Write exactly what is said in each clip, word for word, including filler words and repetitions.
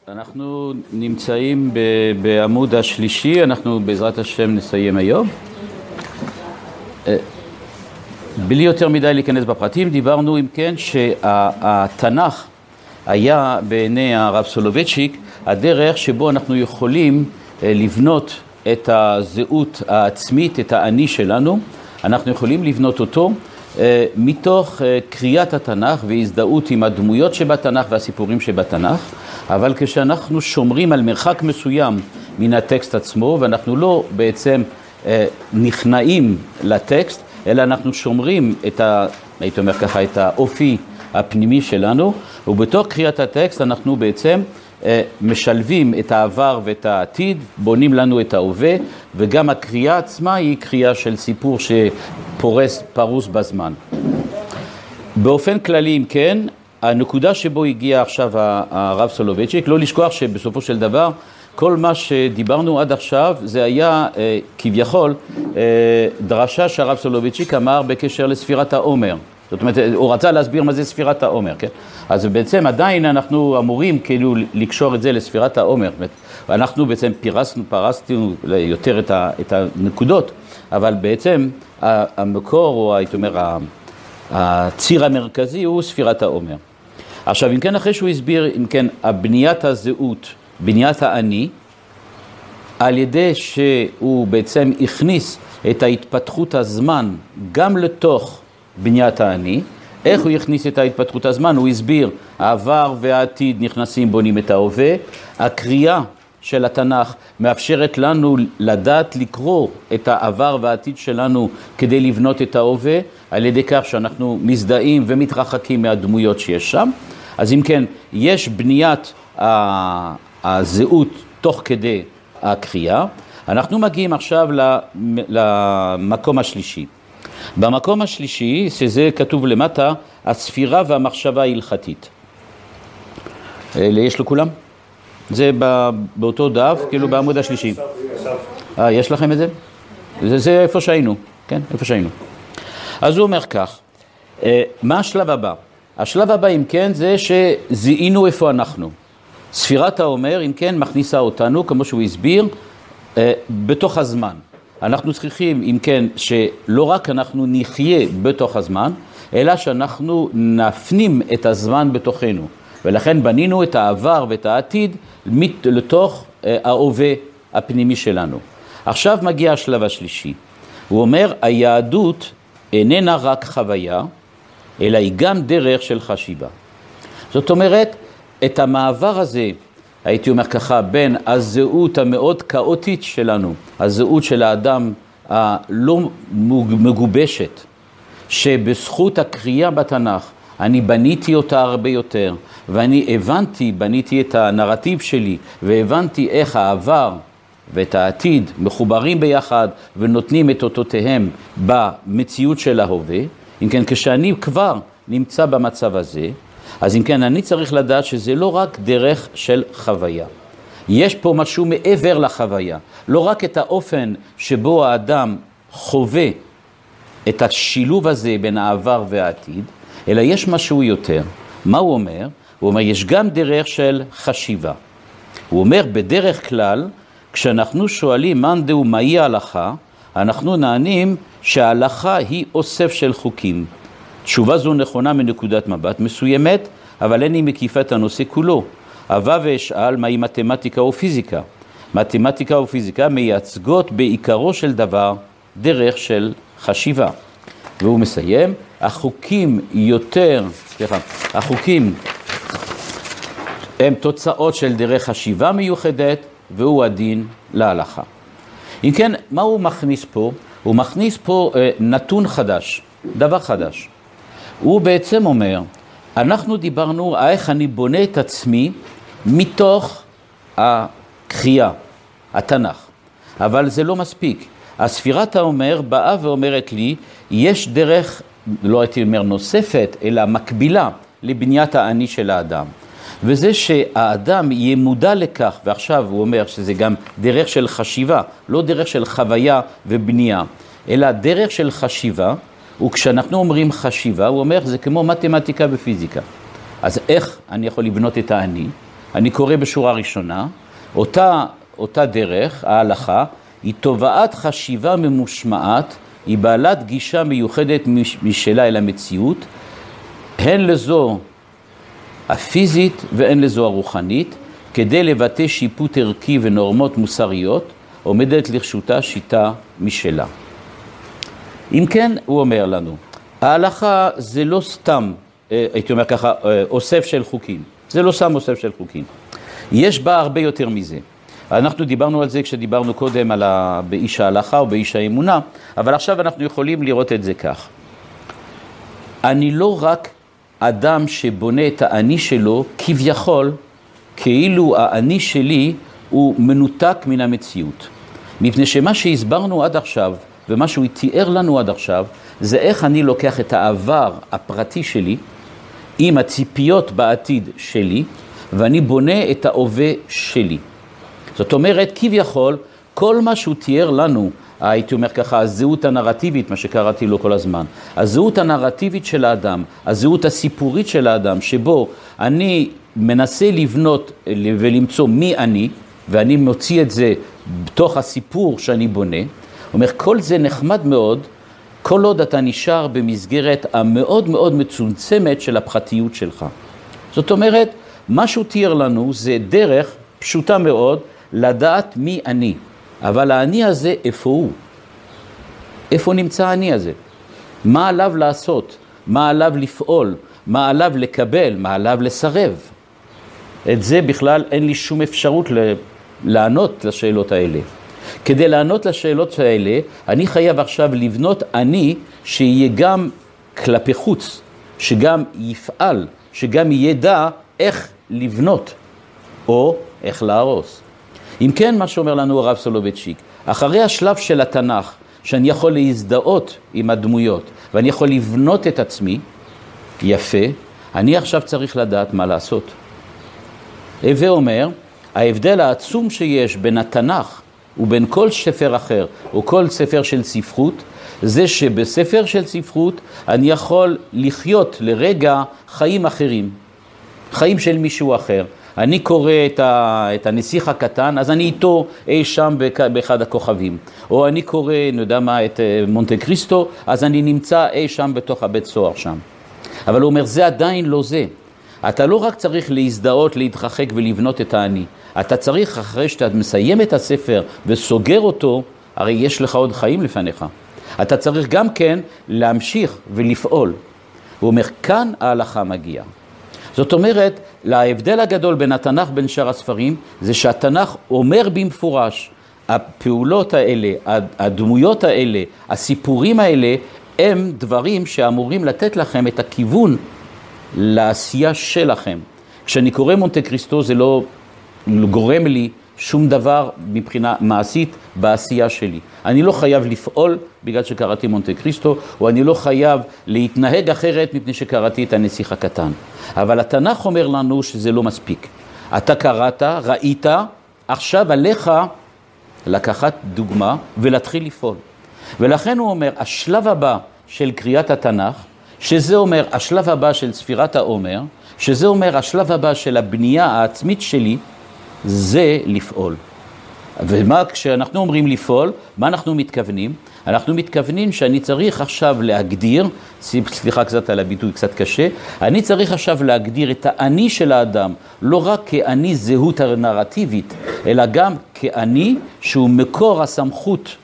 אנחנו נמצאים בעמוד השלישי, אנחנו בעזרת השם נסיים היום. בלי יותר מדי להיכנס בפרטים, דיברנו אם כן שהתנ"ך היה בעיני הרב סולובייצ'יק הדרך שבו אנחנו יכולים לבנות את הזהות העצמית, את האני שלנו. אנחנו יכולים לבנות אותו מתוך קריאת התנ"ך והזדהות עם הדמויות שבתנ"ך והסיפורים שבתנ"ך, אבל כשאנחנו שומרים על מרחק מסוים מן הטקסט עצמו, ואנחנו לא בעצם נכנעים לטקסט, אלא אנחנו שומרים את ה, הייתי אומר ככה, את האופי הפנימי שלנו, ובתוך קריאת הטקסט אנחנו בעצם משלבים את העבר ואת העתיד, בונים לנו את ההווה, וגם הקריאה עצמה היא קריאה של סיפור שפורס, פרוס בזמן. באופן כללי, אם כן, הנקודה שבו הגיע עכשיו הרב סולובייצ'יק, לא לשכוח שבסופו של דבר, כל מה שדיברנו עד עכשיו, זה היה אה, כביכול אה, דרשה שהרב סולובייצ'יק אמר בקשר לספירת העומר. זאת אומרת, הוא רצה להסביר מה זה ספירת העומר, כן? אז בעצם עדיין אנחנו אמורים כאילו לקשור את זה לספירת העומר. אנחנו בעצם פירסנו, פרסנו יותר את, ה, את הנקודות, אבל בעצם המקור, או הייתי אומר, הציר המרכזי הוא ספירת העומר. עכשיו, אם כן, אחרי שהוא הסביר, אם כן, הבניית הזהות, בניית האני, על ידי שהוא בעצם הכניס את ההתפתחות הזמן גם לתוך בניית האני. איך הוא הכניס את ההתפתחות הזמן? הוא הסביר, העבר והעתיד נכנסים, בונים את ההווה. הקריאה של התנ"ך מאפשרת לנו לדעת לקרוא את העבר והעתיד שלנו כדי לבנות את ההווה, על ידי כך שאנחנו מזדהים ומתרחקים מהדמויות שיש שם. אז אם כן, יש בניית הזהות תוך כדי הקריאה. אנחנו מגיעים עכשיו למקום השלישי. במקום השלישי, שזה כתוב למטה, הספירה והמחשבה ההלכתית. יש לכולם? זה באותו דף, כאילו בעמוד השלישי. אה, יש לכם את זה? זה, זה איפה שהיינו, כן? איפה שהיינו. אז הוא אומר כך, מה השלב הבא? השלב הבא, אם כן, זה שזיהינו איפה אנחנו. ספירת העומר, אם כן, מכניסה אותנו, כמו שהוא הסביר, בתוך הזמן. אנחנו צריכים, אם כן, שלא רק אנחנו נחיה בתוך הזמן, אלא שאנחנו נפנים את הזמן בתוכנו. ולכן בנינו את העבר ואת העתיד לתוך ההווה הפנימי שלנו. עכשיו מגיע השלב השלישי. הוא אומר, היהדות איננה רק חוויה, אלא היא גם דרך של חשיבה. זאת אומרת, את המעבר הזה, הייתי אומר ככה, בין הזהות המאוד כאוטית שלנו, הזהות של האדם הלא מגובשת, שבזכות הקריאה בתנ"ך, אני בניתי אותה הרבה יותר, ואני הבנתי, בניתי את הנרטיב שלי, והבנתי איך העבר ואת העתיד מחוברים ביחד, ונותנים את אותותיהם במציאות של ההווה. אם כן, כשאני כבר נמצא במצב הזה, אז אם כן, אני צריך לדעת שזה לא רק דרך של חוויה. יש פה משהו מעבר לחוויה. לא רק את האופן שבו האדם חווה את השילוב הזה בין העבר והעתיד, אלא יש משהו יותר. מה הוא אומר? הוא אומר, יש גם דרך של חשיבה. הוא אומר, בדרך כלל, כשאנחנו שואלים מאן דהו מהי ההלכה, אנחנו נענים שההלכה היא אוסף של חוקים. תשובה זו נכונה מנקודת מבט מסוימת, אבל אין היא מקיפה את הנושא כולו. אבא ואשאל מהי מתמטיקה או פיזיקה. מתמטיקה או פיזיקה מייצגות בעיקרו של דבר דרך של חשיבה. והוא מסיים, החוקים יותר, סליחה, החוקים הם תוצאות של דרך חשיבה מיוחדת, והוא הדין להלכה. אם כן, מה הוא מכניס פה? הוא מכניס פה אה, נתון חדש, דבר חדש. הוא בעצם אומר, אנחנו דיברנו איך אני בונה את עצמי מתוך הקריאה, התנ"ך. אבל זה לא מספיק. הספירת העומר באה ואומרת לי, יש דרך, לא הייתי אומר נוספת, אלא מקבילה לבניית האני של האדם. וזה שהאדם יהיה מודע לכך, ועכשיו הוא אומר שזה גם דרך של חשיבה, לא דרך של חוויה ובנייה, אלא דרך של חשיבה, וכשאנחנו אומרים חשיבה, הוא אומר, זה כמו מתמטיקה ופיזיקה. אז איך אני יכול לבנות את האני? אני קורא בשורה ראשונה, אותה, אותה דרך, ההלכה, היא תובעת חשיבה ממושמעת, היא בעלת גישה מיוחדת משלה אל המציאות, הן לזו הפיזית והן לזו הרוחנית, כדי לבטא שיפוט ערכי ונורמות מוסריות, עומדת לרשותה שיטה משלה. אם כן, הוא אומר לנו, ההלכה זה לא סתם, הייתי אומר ככה, אוסף של חוקים. זה לא סתם אוסף של חוקים. יש בה הרבה יותר מזה. אנחנו דיברנו על זה כשדיברנו קודם על ה... באיש ההלכה או באיש האמונה, אבל עכשיו אנחנו יכולים לראות את זה כך. אני לא רק אדם שבונה את האני שלו, כביכול, כאילו האני שלי הוא מנותק מן המציאות. מפני שמה שהסברנו עד עכשיו, ומה שהוא תיאר לנו עד עכשיו, זה איך אני לוקח את העבר הפרטי שלי, עם הציפיות בעתיד שלי, ואני בונה את ההווה שלי. זאת אומרת, כביכול, כל מה שהוא תיאר לנו, הייתי אומר ככה, הזהות הנרטיבית, מה שקראתי לו כל הזמן, הזהות הנרטיבית של האדם, הזהות הסיפורית של האדם, שבו אני מנסה לבנות ולמצוא מי אני, ואני מוציא את זה בתוך הסיפור שאני בונה, אומר, כל זה נחמד מאוד, כל עוד אתה נשאר במסגרת המאוד מאוד מצומצמת של הפרטיות שלך. זאת אומרת, מה שהוא תיאר לנו זה דרך פשוטה מאוד לדעת מי אני. אבל האני הזה, איפה הוא? איפה נמצא האני הזה? מה עליו לעשות? מה עליו לפעול? מה עליו לקבל? מה עליו לסרב? את זה בכלל אין לי שום אפשרות לענות לשאלות האלה. כדי לענות לשאלות האלה, אני חייב עכשיו לבנות אני שיהיה גם כלפי חוץ, שגם יפעל, שגם ידע איך לבנות, או איך להרוס. אם כן, מה שאומר לנו הרב סולובייצ'יק, אחרי השלב של התנ"ך, שאני יכול להזדהות עם הדמויות, ואני יכול לבנות את עצמי, יפה, אני עכשיו צריך לדעת מה לעשות. הווה אומר, ההבדל העצום שיש בין התנ"ך, ובין כל ספר אחר, או כל ספר של ספרות, זה שבספר של ספרות אני יכול לחיות לרגע חיים אחרים, חיים של מישהו אחר. אני קורא את, ה, את הנסיך הקטן, אז אני איתו אי שם באחד הכוכבים. או אני קורא, אני יודע מה, את מונטה קריסטו, אז אני נמצא אי שם בתוך הבית סוהר שם. אבל הוא אומר, זה עדיין לא זה. אתה לא רק צריך להזדהות, להתרחק ולבנות את האני. אתה צריך, אחרי שאתה מסיים את הספר וסוגר אותו, הרי יש לך עוד חיים לפניך. אתה צריך גם כן להמשיך ולפעול. הוא אומר, כאן ההלכה מגיעה. זאת אומרת, להבדל הגדול בין התנ"ך בין שאר הספרים, זה שהתנ"ך אומר במפורש, הפעולות האלה, הדמויות האלה, הסיפורים האלה, הם דברים שאמורים לתת לכם את הכיוון לעשייה שלכם. כשאני קורא מונטה קריסטו, זה לא גורם לי שום דבר מבחינה מעשית בעשייה שלי. אני לא חייב לפעול בגלל שקראתי מונטה קריסטו, או אני לא חייב להתנהג אחרת מפני שקראתי את הנסיך הקטן. אבל התנ"ך אומר לנו שזה לא מספיק. אתה קראת, ראית, עכשיו עליך לקחת דוגמה ולהתחיל לפעול. ולכן הוא אומר, השלב הבא של קריאת התנ"ך, שזה אומר השלב הבא של ספירת העומר, שזה אומר השלב הבא של הבנייה העצמית שלי, זה לפעול. ומה כשאנחנו אומרים לפעול, מה אנחנו מתכוונים? אנחנו מתכוונים שאני צריך עכשיו להגדיר, סליחה קצת על הביטוי קצת קשה, אני צריך עכשיו להגדיר את האני של האדם, לא רק כאני זהות הנרטיבית, אלא גם כאני שהוא מקור הסמכות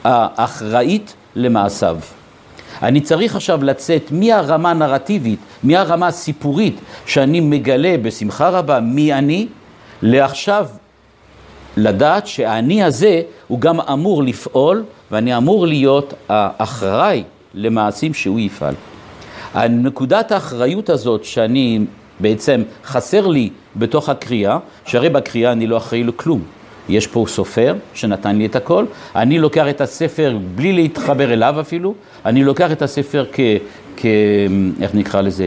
האחראית למעשיו. אני צריך עכשיו לצאת מהרמה הנרטיבית, מהרמה הסיפורית, שאני מגלה בשמחה רבה מי אני, לעכשיו לדעת שהאני הזה הוא גם אמור לפעול, ואני אמור להיות האחראי למעשים שהוא יפעל. הנקודת האחריות הזאת שאני בעצם חסר לי בתוך הקריאה, שהרי בקריאה אני לא אחראי לכלום. יש פה סופר שנתן לי את הכל, אני לוקח את הספר בלי להתחבר אליו אפילו, אני לוקח את הספר כ... כ איך נקרא לזה?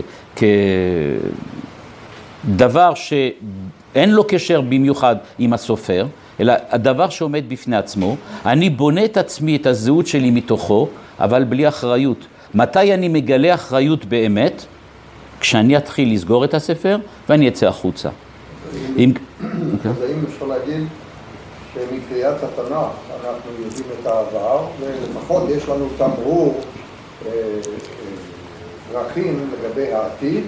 כדבר שאין לו קשר במיוחד עם הסופר, אלא הדבר שעומד בפני עצמו, אני בונה את עצמי, את הזהות שלי מתוכו, אבל בלי אחריות. מתי אני מגלה אחריות באמת? כשאני אתחיל לסגור את הספר ואני אצא החוצה. אם... אז האם אפשר להגיד שמקריאת התנ"ך אנחנו יודעים את העבר, ולפחות יש לנו תמרור דרכים לגבי העתיד,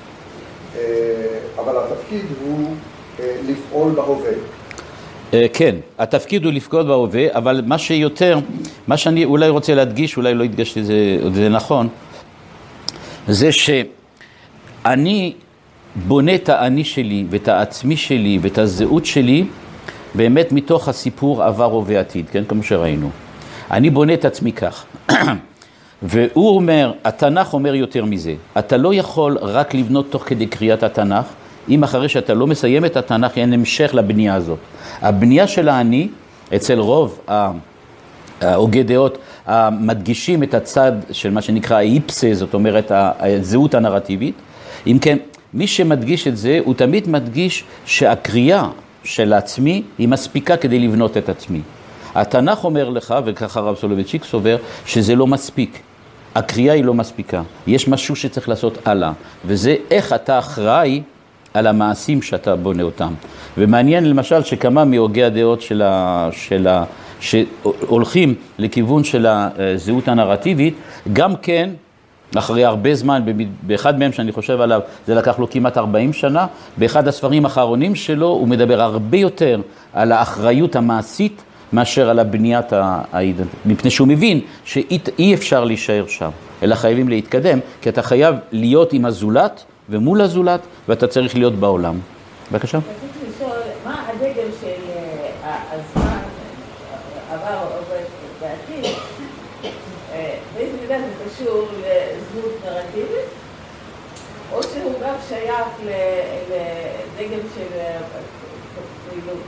אבל התפקיד הוא לפעול בהווה. כן, התפקיד הוא לפקוד בהווה, אבל מה שיותר, מה שאני אולי רוצה להדגיש, אולי לא הדגשתי את זה, זה נכון, זה שאני בונה את האני שלי ואת העצמי שלי ואת הזהות שלי באמת מתוך הסיפור עבר הווה עתיד, כן, כמו שראינו. אני בונה את עצמי כך. והוא אומר, התנ"ך אומר יותר מזה. אתה לא יכול רק לבנות תוך כדי קריאת התנ"ך, אם אחרי שאתה לא מסיים את התנ"ך, אין המשך לבנייה הזאת. הבנייה של האני, אצל רוב ההוגי דעות, מדגישים את הצד של מה שנקרא האיפסה, זאת אומרת, הזהות הנרטיבית. אם כן, מי שמדגיש את זה, הוא תמיד מדגיש שהקריאה של עצמי היא מספיקה כדי לבנות את עצמי. התנ"ך אומר לך, וככה הרב סולובייצ'יק סובר, שזה לא מספיק. הקריאה היא לא מספיקה. יש משהו שצריך לעשות הלאה, וזה איך אתה אחראי על המעשים שאתה בונה אותם. ומעניין למשל שכמה מהוגי הדעות של ה... של ה... שהולכים לכיוון של הזהות הנרטיבית, גם כן, אחרי הרבה זמן, באחד מהם שאני חושב עליו, זה לקח לו כמעט ארבעים שנה, באחד הספרים האחרונים שלו הוא מדבר הרבה יותר על האחריות המעשית, מאשר על הבניית האידנטיטית. מפני שהוא מבין שאי אפשר להישאר שם, אלא חייבים להתקדם, כי אתה חייב להיות עם הזולת ומול הזולת, ואתה צריך להיות בעולם. בבקשה. רציתי לשאול, מה הדגל של הזמן עבר עובד בעתיד? באיזה מידה זה קשור לזהות נרטיבית, או שהוא גם שייך לדגל של פעילות?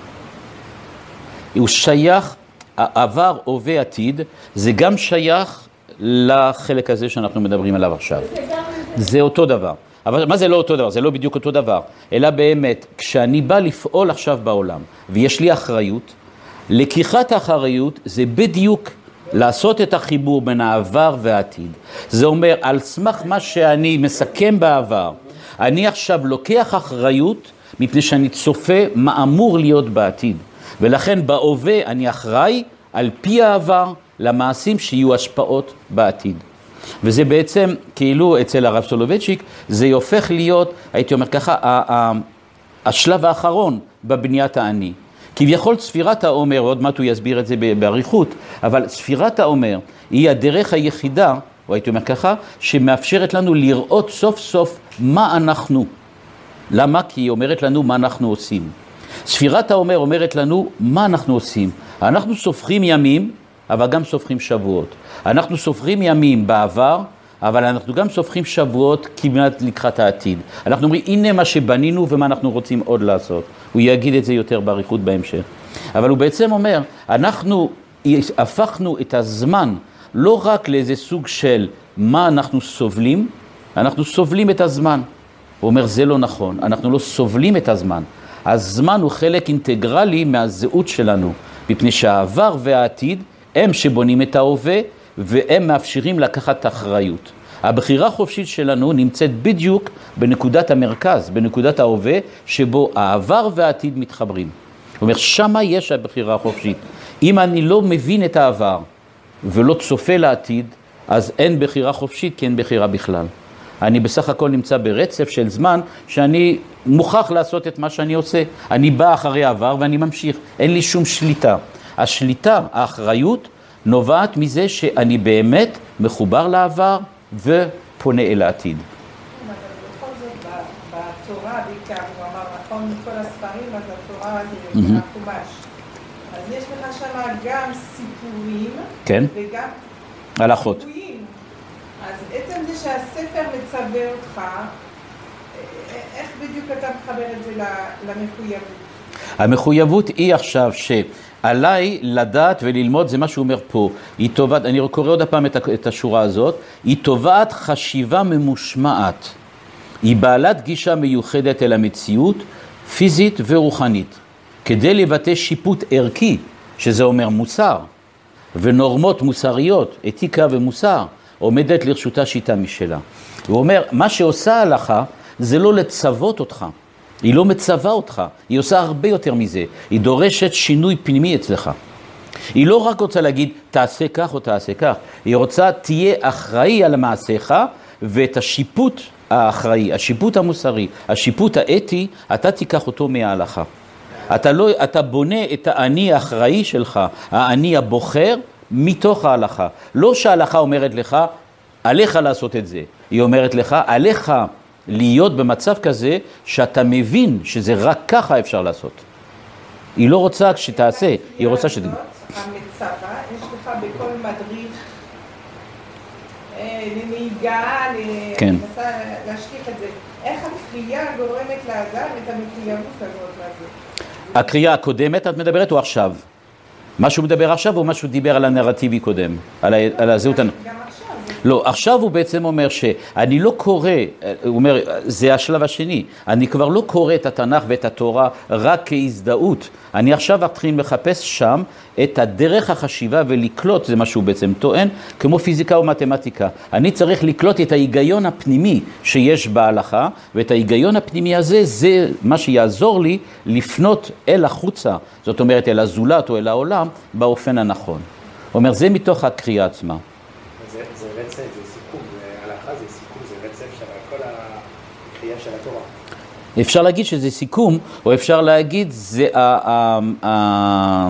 הוא שייך, העבר, הווה, עתיד, זה גם שייך לחלק הזה שאנחנו מדברים עליו עכשיו. זה אותו דבר. אבל מה זה לא אותו דבר? זה לא בדיוק אותו דבר. אלא באמת, כשאני בא לפעול עכשיו בעולם, ויש לי אחריות, לקיחת האחריות זה בדיוק לעשות את החיבור בין העבר והעתיד. זה אומר, על סמך מה שאני מסכם בעבר, אני עכשיו לוקח אחריות, מפני שאני צופה מה אמור להיות בעתיד. ולכן בהווה אני אחראי על פי העבר למעשים שיהיו השפעות בעתיד. וזה בעצם, כאילו אצל הרב סולובייצ'יק, זה הופך להיות, הייתי אומר ככה, השלב האחרון בבניית האני. כביכול ספירת העומר, עוד מעט הוא יסביר את זה בעריכות, אבל ספירת העומר היא הדרך היחידה, או הייתי אומר ככה, שמאפשרת לנו לראות סוף סוף מה אנחנו. למה? כי היא אומרת לנו מה אנחנו עושים. ספירת העומר אומרת לנו מה אנחנו עושים. אנחנו סופרים ימים, אבל גם סופרים שבועות. אנחנו סופרים ימים בעבר, אבל אנחנו גם סופרים שבועות כמעט לקראת העתיד. אנחנו אומרים, הנה מה שבנינו ומה אנחנו רוצים עוד לעשות. הוא יגיד את זה יותר בעריכות בהמשך. אבל הוא בעצם אומר, אנחנו הפכנו את הזמן לא רק לאיזה סוג של מה אנחנו סובלים, אנחנו סובלים את הזמן. הוא אומר, זה לא נכון, אנחנו לא סובלים את הזמן. הזמן הוא חלק אינטגרלי מהזהות שלנו, מפני שהעבר והעתיד הם שבונים את ההווה, והם מאפשרים לקחת אחריות. הבחירה החופשית שלנו נמצאת בדיוק בנקודת המרכז, בנקודת ההווה, שבו העבר והעתיד מתחברים. זאת אומרת, שמה יש הבחירה החופשית. אם אני לא מבין את העבר ולא צופה לעתיד, אז אין בחירה חופשית, כי אין בחירה בכלל. אני בסך הכל נמצא ברצף של זמן שאני מוכרח לעשות את מה שאני עושה. אני בא אחרי העבר ואני ממשיך. אין לי שום שליטה. השליטה, האחריות, נובעת מזה שאני באמת מחובר לעבר ופונה אל העתיד. אבל בכל זאת, בתורה בעיקר, הוא אמר, נכון, מכל הספרים, אז התורה זה החומש. אז יש לך שם גם סיפורים, כן. וגם הלכות. סיפורים. אז עצם זה שהספר מצווה אותך, איך בדיוק אתה מחבר את זה למחויבות? המחויבות היא עכשיו שעליי לדעת וללמוד, זה מה שהוא אומר פה, היא תובעת, אני קורא עוד הפעם את השורה הזאת, היא תובעת חשיבה ממושמעת, היא בעלת גישה מיוחדת אל המציאות, פיזית ורוחנית, כדי לבטא שיפוט ערכי, שזה אומר מוסר, ונורמות מוסריות, אתיקה ומוסר, עומדת לרשותה שיטה משלה. הוא אומר, מה שעושה ההלכה זה לא לצוות אותך, היא לא מצווה אותך, היא עושה הרבה יותר מזה. היא דורשת שינוי פנימי אצלך. היא לא רק רוצה להגיד, תעשה כך או תעשה כך. היא רוצה, תהיה אחראי על מעשיך, ואת השיפוט האחראי, השיפוט המוסרי, השיפוט האתי, אתה תיקח אותו מההלכה. אתה, לא, אתה בונה את האני האחראי שלך, האני הבוחר, מתוך ההלכה. לא שההלכה אומרת לך, עליך לעשות את זה. היא אומרת לך, עליך להיות במצב כזה, שאתה מבין שזה רק ככה אפשר לעשות. היא לא רוצה שתעשה, היא רוצה שתגיד. המצווה, יש לך בכל מדריך, לנהיגה, כן. להשליך את זה. איך הקריאה גורמת לאדם את המחויבות הזאת לזה? הקריאה הקודמת את מדברת או עכשיו? מה שהוא מדבר עכשיו או מה שהוא דיבר על הנרטיבי קודם? על, ה... על הזהות... גם עכשיו. לא, עכשיו הוא בעצם אומר שאני לא קורא, הוא אומר, זה השלב השני, אני כבר לא קורא את התנ"ך ואת התורה רק כהזדהות, אני עכשיו אתחיל לחפש שם את הדרך החשיבה ולקלוט, זה מה שהוא בעצם טוען, כמו פיזיקה או מתמטיקה. אני צריך לקלוט את ההיגיון הפנימי שיש בהלכה, ואת ההיגיון הפנימי הזה, זה מה שיעזור לי לפנות אל החוצה, זאת אומרת אל הזולת או אל העולם, באופן הנכון. הוא אומר, זה מתוך הקריאה עצמה. זה, זה רצף, זה סיכום, זה הלכה, זה סיכום, זה רצף של כל הקריאה של התורה. אפשר להגיד שזה סיכום, או אפשר להגיד, זה ה... ה, ה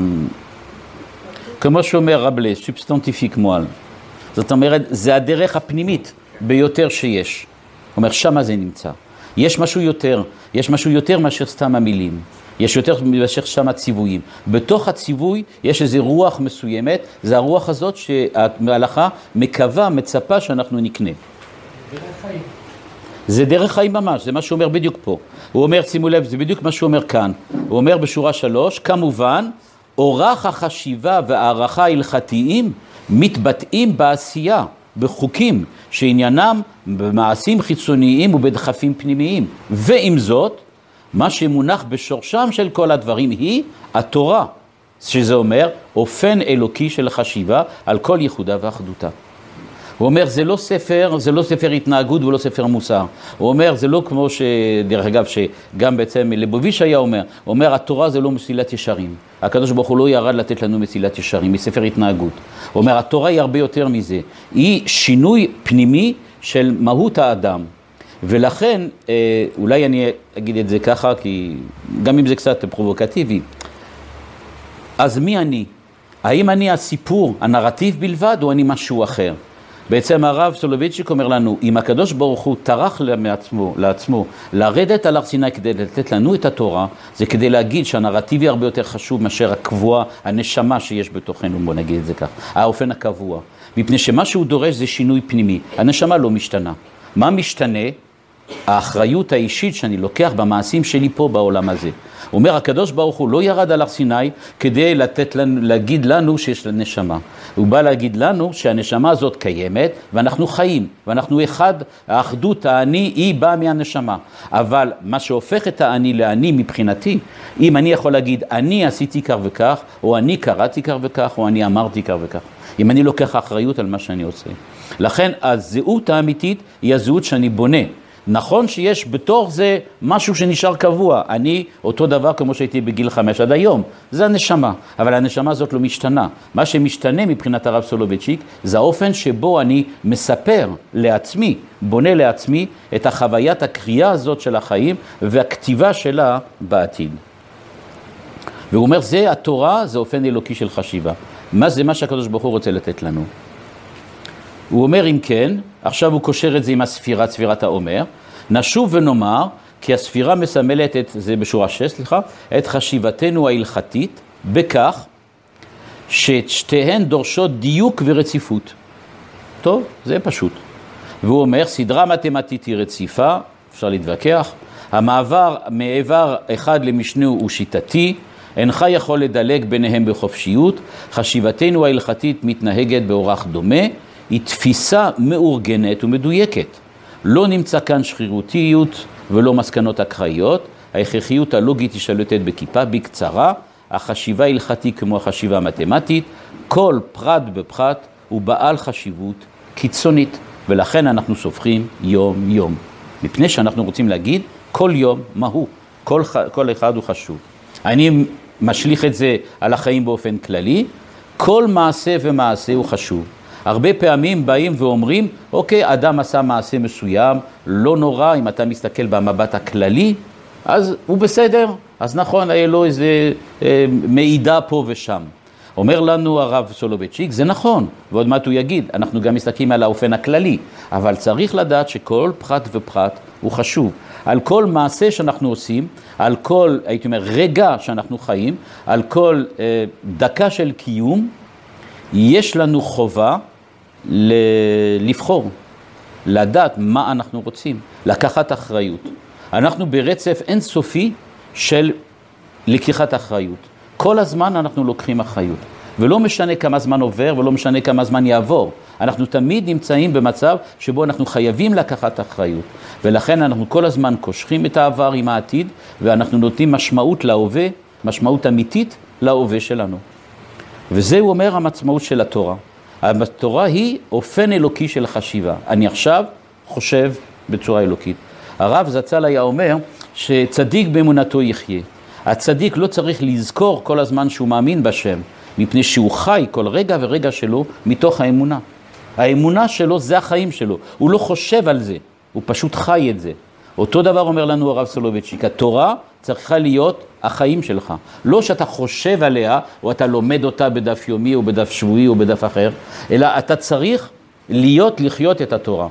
כמו שאומר רבלה, סובסטנטיפיק מועל. זאת אומרת, זה הדרך הפנימית ביותר שיש. הוא אומר, שמה זה נמצא. יש משהו יותר, יש משהו יותר מאשר סתם המילים. יש יותר מאשר שם הציוויים. בתוך הציווי יש איזו רוח מסוימת, זה הרוח הזאת שההלכה מקווה, מצפה שאנחנו נקנה. דרך חיים. זה דרך חיים ממש, זה מה שהוא אומר בדיוק פה. הוא אומר, שימו לב, זה בדיוק מה שהוא אומר כאן. הוא אומר בשורה שלוש, כמובן, אורח החשיבה והערכה ההלכתיים מתבטאים בעשייה, בחוקים, שעניינם במעשים חיצוניים ובדחפים פנימיים. ועם זאת, מה שמונח בשורשם של כל הדברים היא התורה, שזה אומר אופן אלוקי של חשיבה על כל ייחודה ואחדותה. הוא אומר, זה לא ספר, זה לא ספר התנהגות ולא ספר מוסר. הוא אומר, זה לא כמו שדרך אגב, שגם בעצם לבוביש היה אומר, הוא אומר, התורה זה לא מסילת ישרים. הקדוש ברוך הוא לא ירד לתת לנו מסילת ישרים, מספר התנהגות. הוא אומר, התורה היא הרבה יותר מזה. היא שינוי פנימי של מהות האדם. ולכן, אולי אני אגיד את זה ככה, כי גם אם זה קצת פרובוקטיבי, אז מי אני? האם אני הסיפור, הנרטיב בלבד, או אני משהו אחר? בעצם הרב סולובייצ'יק אומר לנו, אם הקדוש ברוך הוא טרח לעצמו, לעצמו לרדת על הר סיני כדי לתת לנו את התורה, זה כדי להגיד שהנרטיב היא הרבה יותר חשוב מאשר הקבוע, הנשמה שיש בתוכנו, בוא נגיד את זה כך, האופן הקבוע. מפני שמה שהוא דורש זה שינוי פנימי, הנשמה לא משתנה. מה משתנה? האחריות האישית שאני לוקח במעשים שלי פה בעולם הזה. הוא אומר, הקדוש ברוך הוא לא ירד על הר סיני כדי לתת לנו, להגיד לנו שיש לנו נשמה. הוא בא להגיד לנו שהנשמה הזאת קיימת ואנחנו חיים, ואנחנו אחד, האחדות האני היא באה מהנשמה. אבל מה שהופך את האני לאני מבחינתי, אם אני יכול להגיד אני עשיתי כך וכך, או אני קראתי כך וכך, או אני אמרתי כך וכך. אם אני לוקח אחריות על מה שאני עושה. לכן הזהות האמיתית היא הזהות שאני בונה. נכון שיש בתוך זה משהו שנשאר קבוע. אני אותו דבר כמו שהייתי בגיל חמש עד היום. זה הנשמה. אבל הנשמה הזאת לא משתנה. מה שמשתנה מבחינת הרב סולובייצ'יק, זה האופן שבו אני מספר לעצמי, בונה לעצמי את החוויית הקריאה הזאת של החיים והכתיבה שלה בעתיד. והוא אומר, זה התורה, זה אופן אלוקי של חשיבה. מה זה מה שהקדוש ברוך הוא רוצה לתת לנו? הוא אומר, אם כן, עכשיו הוא קושר את זה עם הספירה, ספירת העומר, נשוב ונאמר, כי הספירה מסמלת את, זה בשורה שש, סליחה, את חשיבתנו ההלכתית, בכך ששתיהן דורשות דיוק ורציפות. טוב, זה פשוט. והוא אומר, סדרה מתמטית היא רציפה, אפשר להתווכח, המעבר מעבר אחד למשנהו הוא שיטתי, אינך יכול לדלג ביניהם בחופשיות, חשיבתנו ההלכתית מתנהגת באורח דומה, היא תפיסה מאורגנת ומדויקת. לא נמצא כאן שרירותיות ולא מסקנות אקראיות, ההכרחיות הלוגית היא שלטת בכיפה, בקצרה, החשיבה ההלכתית כמו החשיבה המתמטית, כל פרט בפרט הוא בעל חשיבות קיצונית, ולכן אנחנו סופרים יום יום. מפני שאנחנו רוצים להגיד כל יום מה הוא. כל, כל אחד הוא חשוב. אני משליך את זה על החיים באופן כללי, כל מעשה ומעשה הוא חשוב. הרבה פעמים באים ואומרים, אוקיי, אדם עשה מעשה מסוים, לא נורא, אם אתה מסתכל במבט הכללי, אז הוא בסדר, אז נכון, היה לו איזה אה, מידע פה ושם. אומר לנו הרב סולובייצ'יק, זה נכון, ועוד מעט הוא יגיד, אנחנו גם מסתכלים על האופן הכללי, אבל צריך לדעת שכל פרט ופרט הוא חשוב. על כל מעשה שאנחנו עושים, על כל, הייתי אומר, רגע שאנחנו חיים, על כל אה, דקה של קיום, יש לנו חובה ל- לבחור, לדעת מה אנחנו רוצים, לקחת אחריות. אנחנו ברצף אינסופי של לקיחת אחריות. כל הזמן אנחנו לוקחים אחריות. ולא משנה כמה זמן עובר ולא משנה כמה זמן יעבור. אנחנו תמיד נמצאים במצב שבו אנחנו חייבים לקחת אחריות. ולכן אנחנו כל הזמן קושרים את העבר עם העתיד, ואנחנו נותנים משמעות להווה, משמעות אמיתית להווה שלנו. וזה הוא אומר המשמעות של התורה. התורה היא אופן אלוקי של חשיבה. אני עכשיו חושב בצורה אלוקית. הרב זצ"ל היה אומר שצדיק באמונתו יחיה. הצדיק לא צריך לזכור כל הזמן שהוא מאמין בשם, מפני שהוא חי כל רגע ורגע שלו מתוך האמונה. האמונה שלו זה החיים שלו. הוא לא חושב על זה, הוא פשוט חי את זה. אותו דבר אומר לנו הרב סולובייצ'יק, התורה צריכה להיות החיים שלך. לא שאתה חושב עליה, או אתה לומד אותה בדף יומי, או בדף שבועי, או בדף אחר, אלא אתה צריך להיות, לחיות את התורה.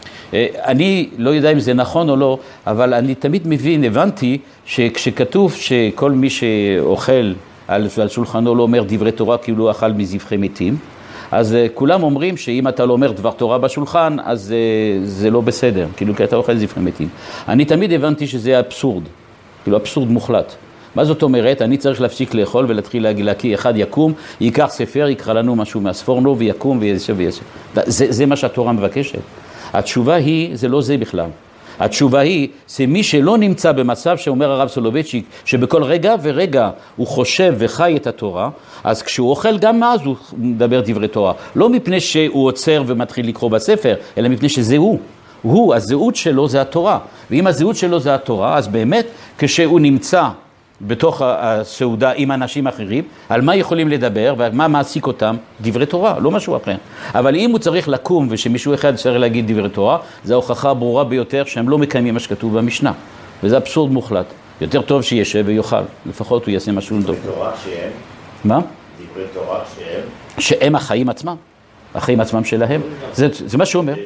אני לא יודע אם זה נכון או לא, אבל אני תמיד מבין, הבנתי, שכשכתוב שכל מי שאוכל על, על שולחנו לא אומר דברי תורה, כי הוא לא אכל מזבחי מתים, אז כולם אומרים שאם אתה לא אומר דבר תורה בשולחן, אז זה, זה לא בסדר, כאילו כי אתה אוכל זבחי מתים. אני תמיד הבנתי שזה אבסורד, כאילו אבסורד מוחלט. מה זאת אומרת? אני צריך להפסיק לאכול ולהתחיל להגיד, כי אחד יקום, ייקח ספר, יקרא לנו משהו מהספורנו, ויקום וישב וישב. זה, זה מה שהתורה מבקשת. התשובה היא, זה לא זה בכלל. התשובה היא, זה מי שלא נמצא במצב שאומר הרב סולובייצ'יק, שבכל רגע ורגע הוא חושב וחי את התורה, אז כשהוא אוכל גם אז הוא מדבר דברי תורה. לא מפני שהוא עוצר ומתחיל לקרוא בספר, אלא מפני שזה הוא. הוא, הזהות שלו זה התורה. ואם הזהות שלו זה התורה, אז באמת כשהוא נמצא בתוך הסעודה עם אנשים אחרים, על מה יכולים לדבר ומה מעסיק אותם? דברי תורה, לא משהו אחר. אבל אם הוא צריך לקום ושמישהו אחד צריך להגיד דברי תורה, זו ההוכחה הברורה ביותר שהם לא מקיימים מה שכתוב במשנה. וזה אבסורד מוחלט. יותר טוב שישב ויוכל, לפחות הוא יעשה משהו טוב. דברי תורה שהם? מה? דברי תורה שהם? שהם החיים עצמם, החיים עצמם שלהם. זה, זה מה שהוא אומר.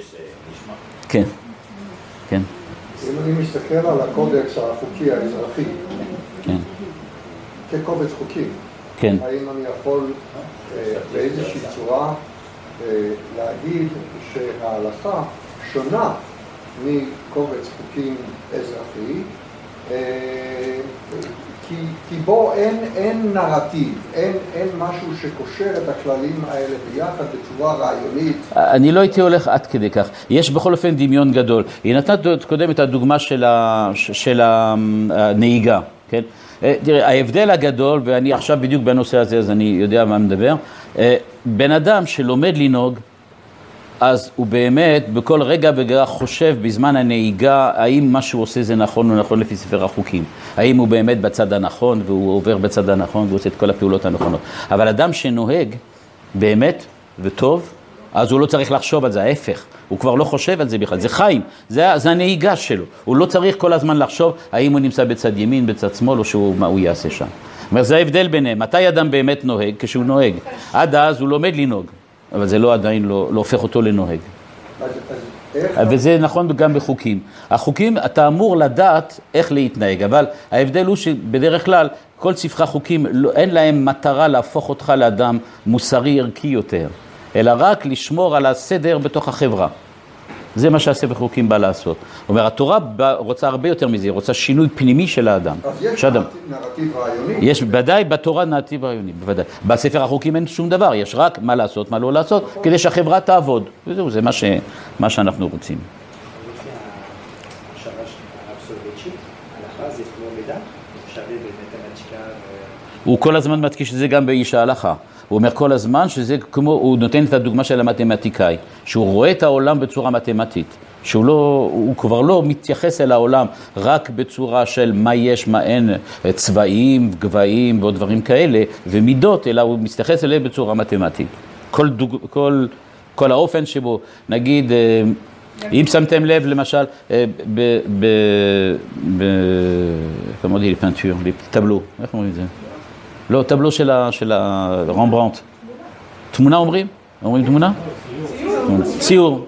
כן, כן. אם אני מסתכל על הקודקס החוקי האזרחי, כן. כקובץ חוקים, כן. האם אני יכול אה, באיזושהי צורה אה, להגיד שההלכה שונה מקובץ חוקים אזרחי, אה, כי, כי בו אין, אין נרטיב, אין, אין משהו שקושר את הכללים האלה ביחד בצורה רעיונית. אני לא הייתי הולך עד כדי כך. יש בכל אופן דמיון גדול. היא נתנה קודם את הדוגמה של, ה, של הנהיגה, כן? תראה, ההבדל הגדול, ואני עכשיו בדיוק בנושא הזה, אז אני יודע מה מדבר, בן אדם שלומד לנהוג, אז הוא באמת בכל רגע ורגע חושב בזמן הנהיגה, האם מה שהוא עושה זה נכון או נכון לפי ספר החוקים. האם הוא באמת בצד הנכון, והוא עובר בצד הנכון, והוא עושה את כל הפעולות הנכונות. אבל אדם שנוהג באמת וטוב, אז הוא לא צריך לחשוב על זה, ההפך. הוא כבר לא חושב על זה בכלל, זה חיים, זה, זה הנהיגה שלו. הוא לא צריך כל הזמן לחשוב האם הוא נמצא בצד ימין, בצד שמאל, או שהוא, מה הוא יעשה שם. אומר, זה ההבדל ביניהם. מתי אדם באמת נוהג? כשהוא נוהג. עד אז הוא לומד לנהוג, אבל זה לא עדיין לא, לא הופך אותו לנוהג. וזה נכון גם בחוקים. החוקים, אתה אמור לדעת איך להתנהג, אבל ההבדל הוא שבדרך כלל כל ספרי חוקים אין להם מטרה להפוך אותך לאדם מוסרי ערכי יותר, אלא רק לשמור על הסדר בתוך החברה. זה מה שהספר חוקים בא לעשות. זאת אומרת, התורה רוצה הרבה יותר מזה, היא רוצה שינוי פנימי של האדם. אז יש שאדם, נרטיב רעיוני? יש בוודאי בתורה נרטיב רעיוני, בוודאי. בספר החוקים אין שום דבר, יש רק מה לעשות, מה לא לעשות, נכון. כדי שהחברה תעבוד. וזהו, זה מה, ש, מה שאנחנו רוצים. לפי השערה האבסולוטית, הלכה זה כמו מידע, שווה במתמטיקה. הוא כל הזמן מדגיש את זה גם באיש ההלכה. הוא אומר כל הזמן שזה כמו, הוא נותן את הדוגמה של המתמטיקאי, שהוא רואה את העולם בצורה מתמטית. שהוא לא, הוא כבר לא מתייחס אל העולם רק בצורה של מה יש, מה אין, צבעים, גבהים ועוד דברים כאלה, ומידות, אלא הוא מתייחס אליהם בצורה מתמטית. כל, דוג, כל, כל האופן שבו, נגיד, אם שמתם לב, למשל, ב... ב... ב... כמו די, לפנטור, טבלו, איך אומרים את זה? לא, טבלו של הרמברנט. תמונה אומרים? אומרים תמונה? ציור.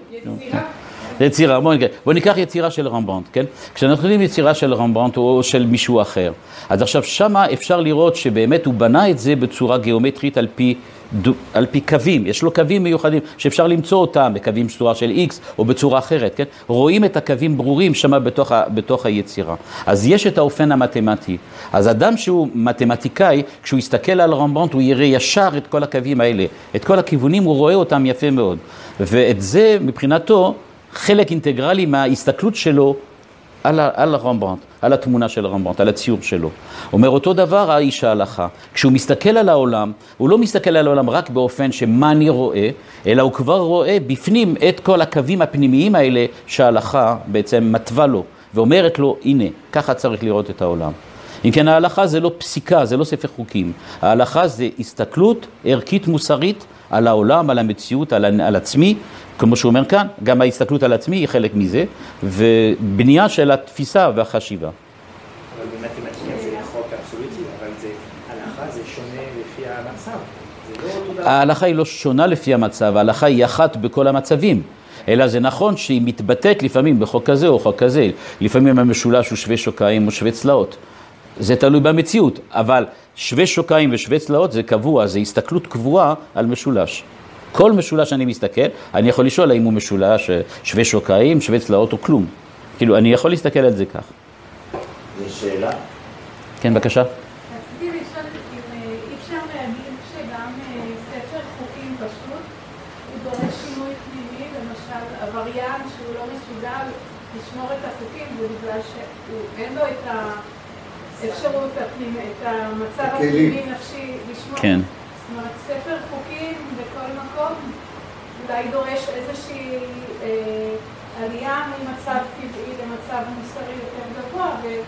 יצירה, בוא נקרא. בוא ניקח יצירה של רמברנט, כן? כשאנחנו יודעים יצירה של רמברנט או של מישהו אחר, אז עכשיו שמה אפשר לראות שבאמת הוא בנה את זה בצורה גיאומטרית על פי, על פי קווים. יש לו קווים מיוחדים שאפשר למצוא אותם בקווים בצורה של X או בצורה אחרת, כן? רואים את הקווים ברורים שמה בתוך, ה, בתוך היצירה. אז יש את האופן המתמטי. אז אדם שהוא מתמטיקאי, כשהוא יסתכל על רמברנט, הוא יראה ישר את כל הקווים האלה. את כל הכיוונים הוא רואה אותם יפה מאוד. ואת זה מבחינתו חלק אינטגרלי מההסתכלות שלו על, על רמברנט, על התמונה של רמברנט, על הציור שלו. אומר אותו דבר האיש ההלכה. כשהוא מסתכל על העולם, הוא לא מסתכל על העולם רק באופן שמה אני רואה, אלא הוא כבר רואה בפנים את כל הקווים הפנימיים האלה שההלכה בעצם מטווה לו, ואומרת לו, הנה, ככה צריך לראות את העולם. אם כן, ההלכה זה לא פסיקה, זה לא ספר חוקים. ההלכה זה הסתכלות ערכית מוסרית על העולם, על המציאות, על, על עצמי, כמו שהוא אומר כאן, גם ההסתכלות על עצמי היא חלק מזה, ובנייה של התפיסה והחשיבה. אבל במתמטיקה זה חוק אבסולוטי, אבל זה, ההלכה זה שונה לפי המצב. זה לא אותו דבר. ההלכה היא לא שונה לפי המצב, ההלכה היא אחת בכל המצבים. אלא זה נכון שהיא מתבטאת לפעמים בחוק כזה או חוק כזה, לפעמים המשולש הוא שווה שוקיים או שווה צלעות. זה תלוי במציאות, אבל שווה שוקיים ושווה צלעות זה קבוע, זה הסתכלות קבועה על משולש. כל משולש שאני מסתכל, אני יכול לשאול האם הוא משולש שווה שוקיים, שווה צלעות או כלום. כאילו, אני יכול להסתכל על זה כך. זו שאלה? כן, בבקשה. רציתי לשאול אם אי אפשר להגיד שגם ספר חוקים פשוט, הוא דורש שינוי פנימי, למשל עבריין שהוא לא מסוגל לשמור את החוקים, זה בגלל שאין לו את האפשרות הפנימי, את המצב הפנימי נפשי לשמור. כן. זאת אומרת, ספר חוקים בכל מקום אולי דורש איזושהי אה, עלייה ממצב טבעי למצב מוסרי יותר גבוה,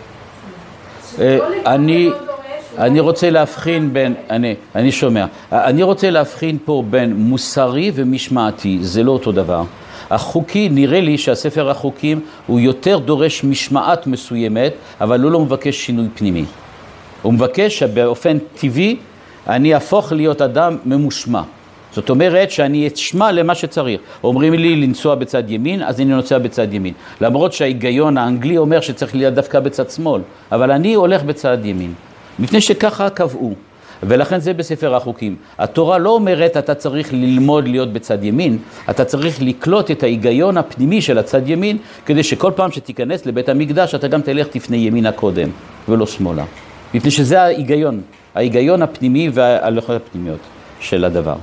ושכל אני, לא דורש... אני רוצה להבחין בין, אני, אני שומע, אני רוצה להבחין פה בין מוסרי ומשמעתי, זה לא אותו דבר. החוקי, נראה לי שהספר החוקים הוא יותר דורש משמעת מסוימת, אבל הוא לא מבקש שינוי פנימי. הוא מבקש שבאופן טבעי אני אהפוך להיות אדם ממושמע. זאת אומרת שאני אשמע למה שצריך. אומרים לי לנסוע בצד ימין, אז אני נוסע בצד ימין. למרות שההיגיון האנגלי אומר שצריך להיות דווקא בצד שמאל, אבל אני הולך בצד ימין. מפני שככה קבעו. ולכן זה בספר החוקים. התורה לא אומרת אתה צריך ללמוד להיות בצד ימין, אתה צריך לקלוט את ההיגיון הפנימי של הצד ימין, כדי שכל פעם שתיכנס לבית המקדש אתה גם תלך תפני ימינה קודם, ולא שמאלה. מפני שזה ההיגיון. ההיגיון הפנימי וההלכות הפנימיות של הדבר.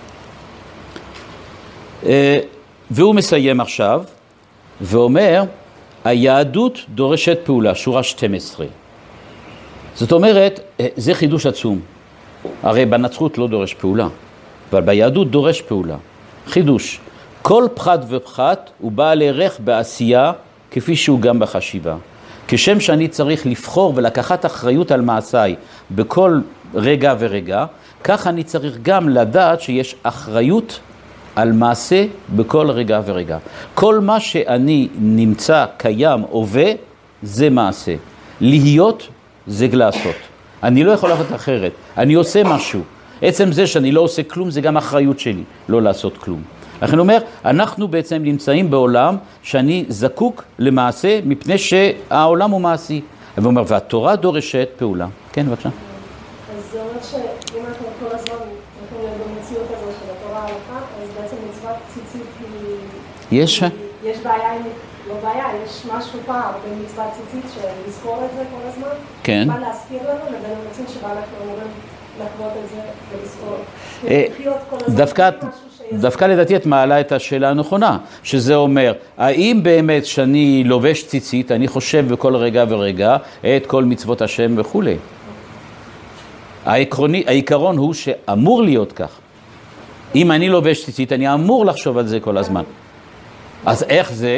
והוא מסיים עכשיו, ואומר, היהדות דורשת פעולה, שורה שתים עשרה. זאת אומרת, זה חידוש עצום. הרי בנצרות לא דורש פעולה, אבל ביהדות דורש פעולה. חידוש. כל פחת ופחת הוא בעל ערך בעשייה, כפי שהוא גם בחשיבה. כשם שאני צריך לבחור ולקחת אחריות על מעשיי בכל רגע ורגע, כך אני צריך גם לדעת שיש אחריות על מעשה בכל רגע ורגע. כל מה שאני נמצא, קיים, הווה, זה מעשה. להיות זה לעשות. אני לא יכול לעשות אחרת. אני עושה משהו. עצם זה שאני לא עושה כלום, זה גם אחריות שלי, לא לעשות כלום. לכן אומר, אנחנו בעצם נמצאים בעולם שאני זקוק למעשה, מפני שהעולם הוא מעשי. והוא אומר, והתורה דורשת פעולה. כן, בבקשה. אז זה אומר שאם אנחנו כל הזמן צריכים להיות במציאות הזו של התורה ההלכה, אז בעצם מצוות ציצית היא... יש? יש בעיה, לא בעיה, יש משהו פער בין מצוות ציצית שלזכור את זה כל הזמן. כן. מה להזכיר לנו לבין המציאות שבה אנחנו אמורים לחוות את זה ולזכור. דווקא, דווקא לדעתי את מעלה את השאלה הנכונה, שזה אומר, האם באמת שאני לובש ציצית, אני חושב בכל רגע ורגע את כל מצוות השם וכו'. העקרוני, העיקרון הוא שאמור להיות כך. אם אני לובש ציצית, אני אמור לחשוב על זה כל הזמן. אז איך זה?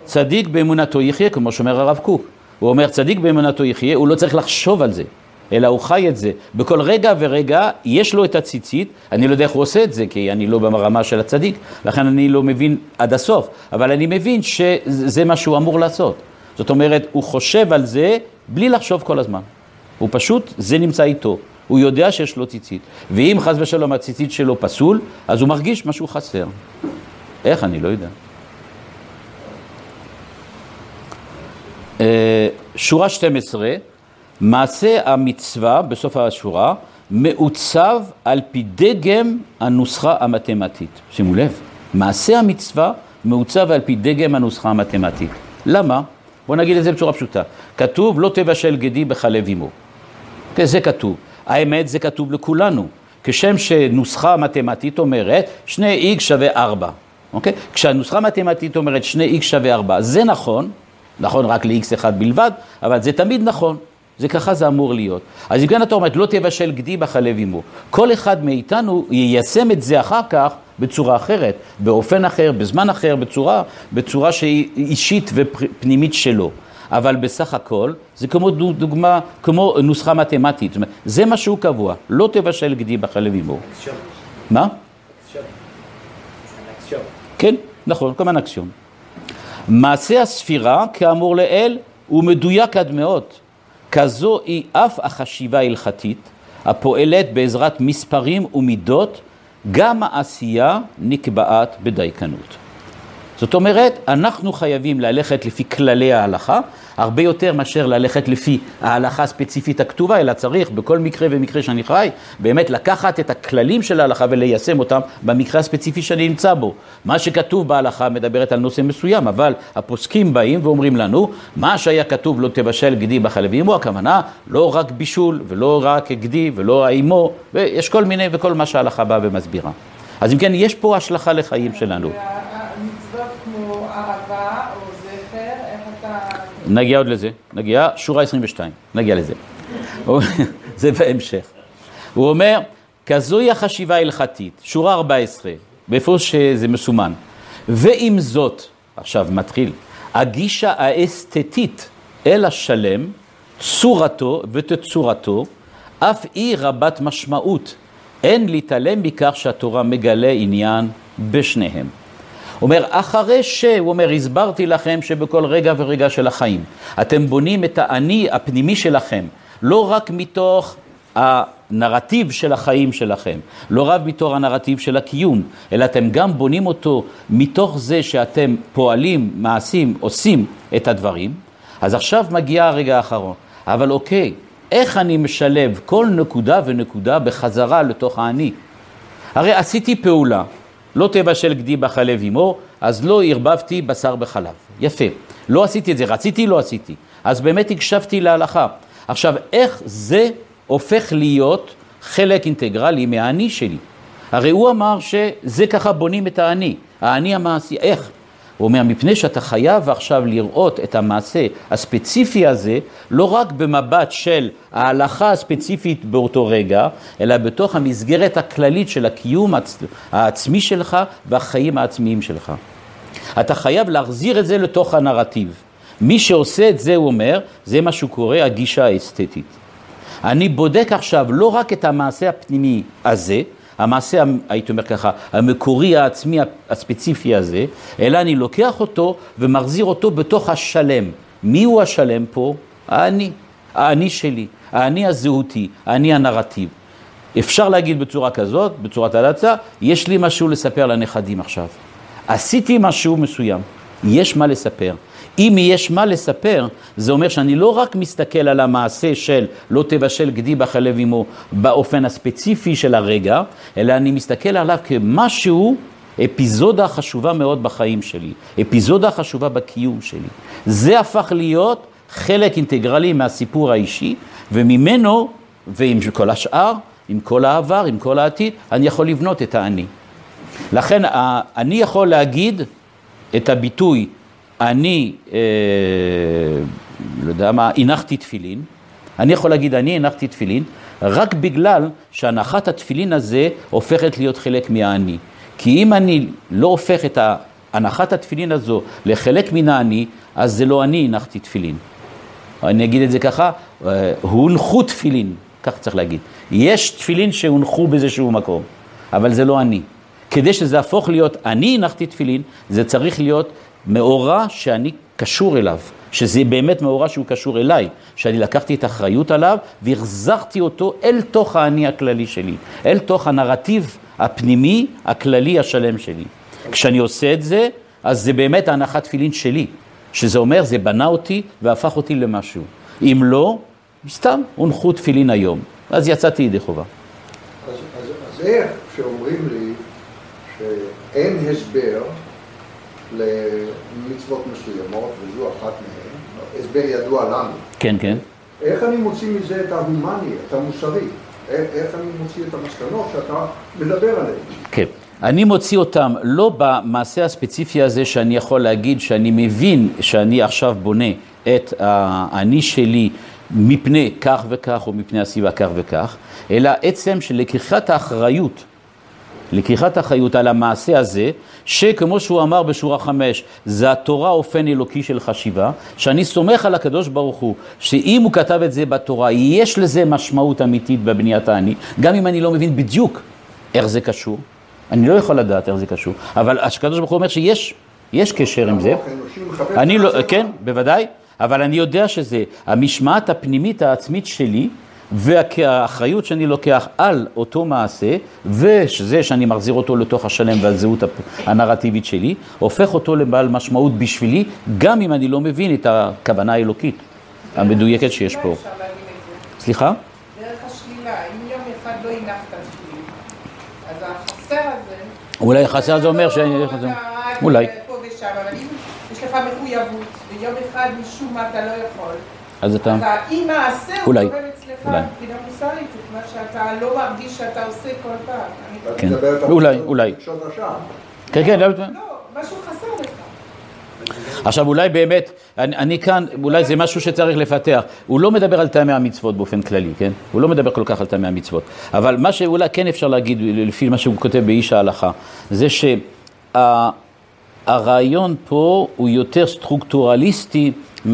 צדיק באמונתו יחיה, כמו שאומר הרב קוק. הוא אומר, צדיק באמונתו יחיה, הוא לא צריך לחשוב על זה, אלא הוא חי את זה. בכל רגע ורגע יש לו את הציצית, אני לא יודע איך הוא עושה את זה, כי אני לא ברמה של הצדיק, לכן אני לא מבין עד הסוף, אבל אני מבין שזה מה שהוא אמור לעשות. זאת אומרת, הוא חושב על זה בלי לחשוב כל הזמן. הוא פשוט, זה נמצא איתו. הוא יודע שיש לו ציצית. ואם חס ושלום הציצית שלו פסול, אז הוא מרגיש משהו חסר. איך? אני לא יודע. שורה שתים עשרה, מעשה המצווה, בסוף השורה, מעוצב על פי דגם הנוסחה המתמטית. שימו לב, מעשה המצווה מעוצב על פי דגם הנוסחה המתמטית. למה? בואו נגיד את זה בצורה פשוטה. כתוב, לא תבשל גדי בחלב אמו. זה כתוב. האמת, זה כתוב לכולנו. כשם שנוסחה מתמטית אומרת, שני x שווה ארבע. אוקיי? כשהנוסחה מתמטית אומרת, שני x שווה ארבע. זה נכון, נכון רק ל-x אחד בלבד, אבל זה תמיד נכון. זה ככה זה אמור להיות. אז אם כן אתה אומרת, לא תבשל גדי בחלב אמו. כל אחד מאיתנו יישם את זה אחר כך בצורה אחרת, באופן אחר, בזמן אחר, בצורה, בצורה שהיא אישית ופנימית שלו. אבל בסך הכל, זה כמו דוגמה, כמו נוסחה מתמטית. זאת אומרת, זה משהו קבוע. לא תבשל גדי בחלב אמו. אקסיום. מה? אקסיום. זה אקסיום. כן, נכון, כמובן אקסיום. מעשה הספירה, כאמור לאל, הוא מדויק עד מאוד. כזו היא אף החשיבה ההלכתית, הפועלת בעזרת מספרים ומידות, גם העשייה נקבעת בדייקנות. זאת אומרת, אנחנו חייבים ללכת לפי כללי ההלכה, הרבה יותר מאשר ללכת לפי ההלכה הספציפית הכתובה, אלא צריך בכל מקרה ומקרה שאני חי, באמת לקחת את הכללים של ההלכה וליישם אותם במקרה הספציפי שאני נמצא בו. מה שכתוב בהלכה מדברת על נושא מסוים, אבל הפוסקים באים ואומרים לנו, מה שהיה כתוב לא תבשל גדי בחלב אמו, הכוונה לא רק בישול ולא רק גדי ולא האמו, ויש כל מיני וכל מה שההלכה באה ומסבירה. אז אם כן, יש פה השלכה לחיים שלנו. ערבה או זכר, איך אתה... נגיע עוד לזה, נגיע, שורה עשרים ושתיים, נגיע לזה. זה בהמשך. הוא אומר, כזוהי החשיבה ההלכתית, שורה ארבע עשרה, באיפה שזה מסומן. ועם זאת, עכשיו מתחיל, הגישה האסתטית אל השלם, צורתו ותצורתו, אף היא רבת משמעות. אין להתעלם מכך שהתורה מגלה עניין בשניהם. הוא אומר, אחרי שהוא אומר, הסברתי לכם שבכל רגע ורגע של החיים, אתם בונים את האני הפנימי שלכם, לא רק מתוך הנרטיב של החיים שלכם, לא רק מתוך הנרטיב של הקיום, אלא אתם גם בונים אותו מתוך זה שאתם פועלים, מעשים, עושים את הדברים. אז עכשיו מגיע הרגע האחרון. אבל אוקיי, איך אני משלב כל נקודה ונקודה בחזרה לתוך האני? הרי עשיתי פעולה. לא תבשל גדי בחלב אמו, אז לא הרבבתי בשר בחלב. יפה. לא עשיתי את זה, רציתי, לא עשיתי. אז באמת הקשבתי להלכה. עכשיו, איך זה הופך להיות חלק אינטגרלי מהאני שלי? הרי הוא אמר שזה ככה בונים את האני. האני המעשי, איך? הוא אומר, מפני שאתה חייב עכשיו לראות את המעשה הספציפי הזה, לא רק במבט של ההלכה הספציפית באותו רגע, אלא בתוך המסגרת הכללית של הקיום העצמי שלך והחיים העצמיים שלך. אתה חייב להחזיר את זה לתוך הנרטיב. מי שעושה את זה, הוא אומר, זה מה שהוא קורא הגישה האסתטית. אני בודק עכשיו לא רק את המעשה הפנימי הזה, המעשה, הייתי אומר ככה, המקורי העצמי הספציפי הזה, אלא אני לוקח אותו ומחזיר אותו בתוך השלם. מי הוא השלם פה? האני, האני שלי, האני הזהותי, האני הנרטיב. אפשר להגיד בצורה כזאת, בצורת הלצה, יש לי משהו לספר לנכדים עכשיו. עשיתי משהו מסוים, יש מה לספר. אם יש מה לספר, זה אומר שאני לא רק מסתכל על המעשה של לא תבשל גדי בחלב אמו באופן הספציפי של הרגע, אלא אני מסתכל עליו כמשהו, אפיזודה חשובה מאוד בחיים שלי, אפיזודה חשובה בקיום שלי. זה הפך להיות חלק אינטגרלי מהסיפור האישי, וממנו, ועם כל השאר, עם כל העבר, עם כל העתיד, אני יכול לבנות את האני. לכן אני יכול להגיד את הביטוי, אני, אה, לא יודע מה, הנחתי תפילין, אני יכול להגיד אני הנחתי תפילין, רק בגלל שהנחת התפילין הזה הופכת להיות חלק מהאני. כי אם אני לא הופך את הנחת התפילין הזו לחלק מן האני, אז זה לא אני הנחתי תפילין. אני אגיד את זה ככה, הונחו תפילין, כך צריך להגיד. יש תפילין שהונחו באיזשהו מקום, אבל זה לא אני. כדי שזה הפוך להיות אני הנחתי תפילין, זה צריך להיות מאורע שאני קשור אליו, שזה באמת מאורע שהוא קשור אליי, שאני לקחתי את האחריות עליו והחזרתי אותו אל תוך האני הכללי שלי, אל תוך הנרטיב הפנימי הכללי השלם שלי. כשאני עושה את זה, אז זה באמת ההנחת תפילין שלי, שזה אומר, זה בנה אותי והפך אותי למשהו. אם לא, סתם הונחו תפילין היום. אז יצאתי ידי חובה. אז, אז, אז איך שאומרים לי שאין הסבר למצוות מסוימות, וזו אחת מהן, הסבר ידוע לנו. כן, כן. איך אני מוציא מזה את ההומני, את המוסרי? איך אני מוציא את המסקנות שאתה מדבר עליהן? כן. אני מוציא אותם לא במעשה הספציפי הזה שאני יכול להגיד שאני מבין שאני עכשיו בונה את האני שלי מפני כך וכך או מפני הסביבה כך וכך, אלא עצם של לקיחת האחריות, לקיחת האחריות על המעשה הזה, שכמו שהוא אמר בשורה חמש, זה התורה אופן אלוקי של חשיבה, שאני סומך על הקדוש ברוך הוא, שאם הוא כתב את זה בתורה, יש לזה משמעות אמיתית בבניית האני, גם אם אני לא מבין בדיוק איך זה קשור, אני לא יכול לדעת איך זה קשור, אבל הקדוש ברוך הוא אומר שיש יש קשר עם זה. אני לא, כן, בוודאי, אבל אני יודע שזה המשמעת הפנימית העצמית שלי, והאחריות שאני לוקח על אותו מעשה, ושזה שאני מחזיר אותו לתוך השלם והזהות הנרטיבית שלי, הופך אותו לבעל משמעות בשבילי, גם אם אני לא מבין את הכוונה האלוקית המדויקת שיש פה. סליחה? דרך השלילה, אם יום אחד לא הנחת שלילי, אז החסר הזה... אולי החסר זה אומר ש... אולי. פה ושם, אבל אם יש לך מחויבות, ויום אחד משום מה אתה לא יכול, אז אתה... אם מעשה הוא אולי. קובל אצלך, מבחינה מוסרית, את מה שאתה לא מרגיש שאתה עושה כל פעם. כן, אולי, אולי. כן, כן, לא, משהו חסר לך. עכשיו אולי באמת, אני, אני כאן, אולי זה משהו שצריך לפתח. הוא לא מדבר על טעמי המצוות באופן כללי, כן? הוא לא מדבר כל כך על טעמי המצוות. אבל מה שאולי כן אפשר להגיד, לפי מה שהוא כותב באיש ההלכה, זה שהרעיון פה הוא יותר סטרוקטורליסטי